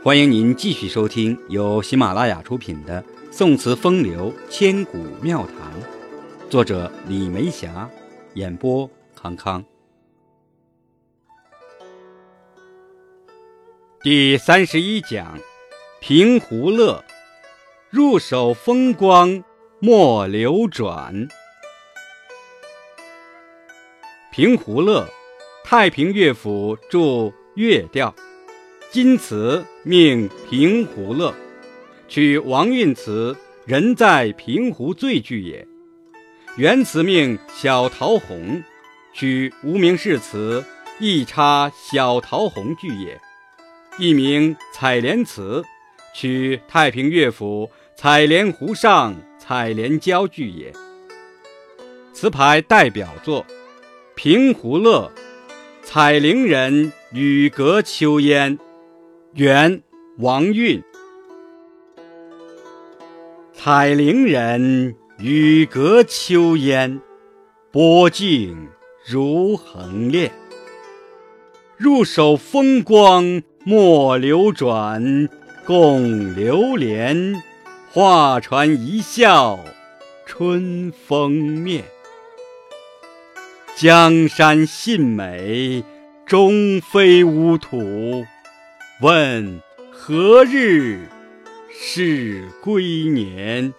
欢迎您继续收听由喜马拉雅出品的《宋词风流千古妙谈》，作者李梅霞，演播康康。第31讲，平湖乐，入手风光莫流转。平湖乐，太平乐府注乐调，今词命平湖乐，取王韵词人在平湖醉句也。原词命小桃红，取无名氏词一插小桃红句也。一名采莲词，取太平乐府采莲湖上采莲娇句也。词牌代表作平湖乐，采菱人雨阁秋烟，原王韵。采菱人雨阁秋烟，波静如横练。入手风光莫流转，共流连，画船一笑春风面。江山信美，终非乌土，问何日是归年？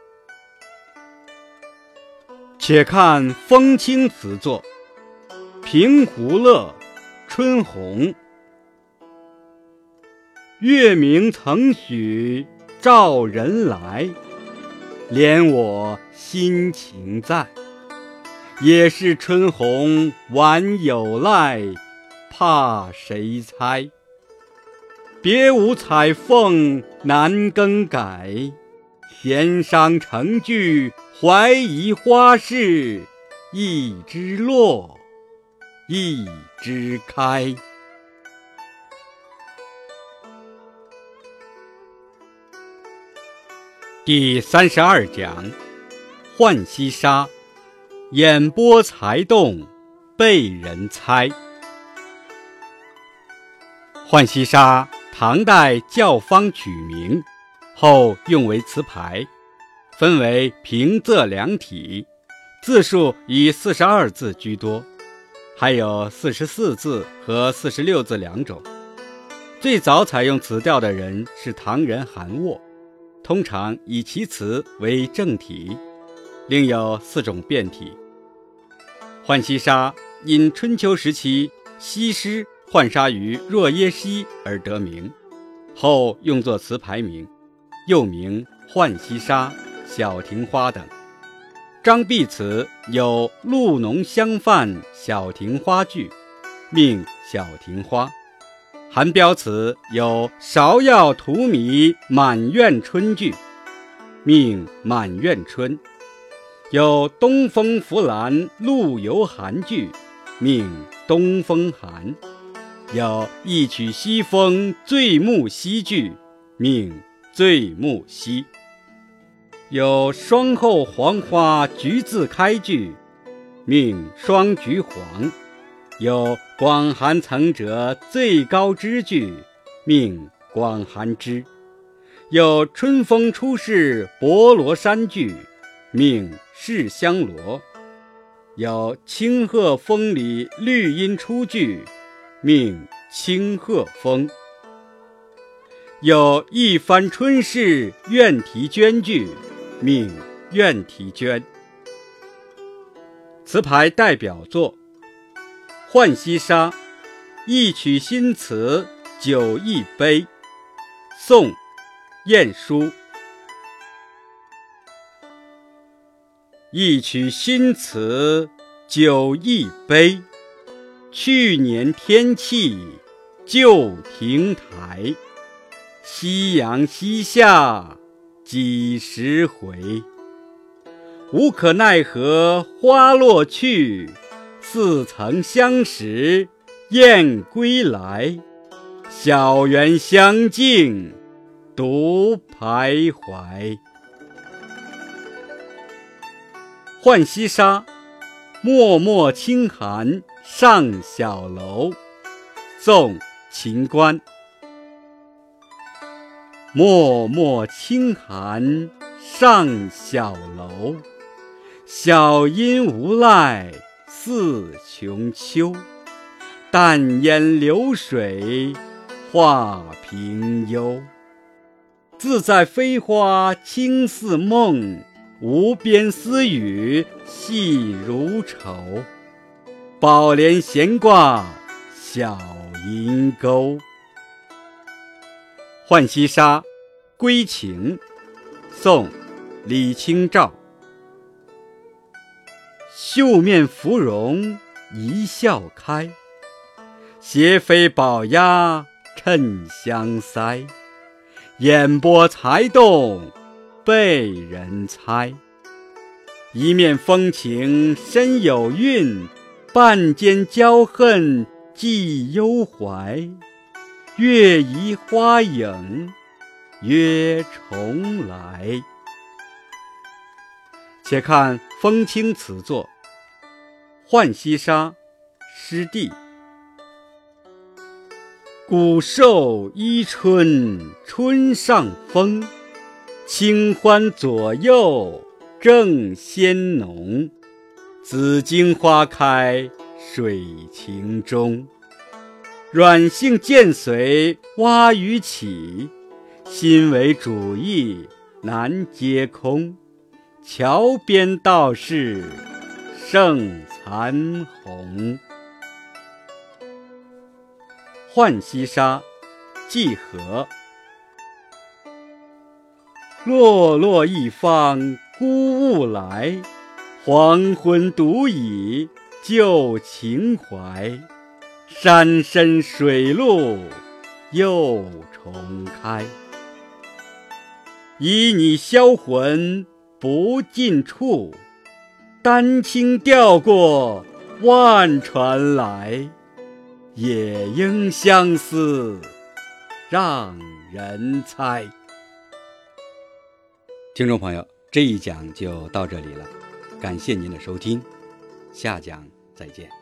且看风清词作，平湖乐，春红。月明曾许照人来，怜我心情在。也是春红晚有赖，怕谁猜？别无彩凤难更改，弦伤成句怀疑花事，一枝落，一枝开。第32讲，浣溪沙，眼波才动，被人猜。浣溪沙，唐代教坊曲名，后用为词牌，分为平仄两体，字数以42字居多，还有44字和46字两种。最早采用此调的人是唐人韩沃，通常以其词为正体，另有4种变体。浣溪沙因春秋时期西施浣纱于若耶溪而得名，后用作词牌名，又名浣溪沙、小亭花等。张碧词有露浓香泛小亭花句，命小亭花。韩彪词有芍药荼蘼满院春句，命满院春。有东风拂槛露犹寒句，命东风寒。有一曲西风醉木樨句，命醉木樨。有霜后黄花橘自开句，命霜橘黄。有广寒曾折最高枝句，命广寒枝。有春风出世博罗山句，命世香罗。有清鹤峰里绿阴出句，命清鹤峰。有一番春事愿啼鹃句，命愿啼鹃。词牌代表作浣溪沙，一曲新词酒一杯，宋晏殊。一曲新词酒一杯，去年天气旧亭台。夕阳西下几时回？无可奈何花落去，似曾相识燕归来。小园香径独徘徊。浣溪沙，脉脉轻寒上小楼。宋秦观。 脉脉轻寒上小楼。小阴无赖似穷秋，淡烟流水画平幽。自在飞花轻似梦，无边丝雨细如愁。宝帘闲挂小银钩。浣溪沙·归情，宋·李清照。绣面芙蓉一笑开，斜飞宝鸭衬香腮。眼波才动被人猜，一面风情深有韵，半间娇恨寄幽怀。月移花影约重来。且看风清词作《浣溪沙》诗地。古兽依春春上风，清欢左右正鲜浓。紫荆花开水情中，软性渐随蛙语起。心为主意难接空，桥边道士胜残红。浣溪沙，季和。落落一方孤鹜来，黄昏独倚旧情怀。山深水路又重开，旖旎销魂不尽处，丹青调过万船来。也应相思让人猜。听众朋友，这一讲就到这里了，感谢您的收听，下讲再见。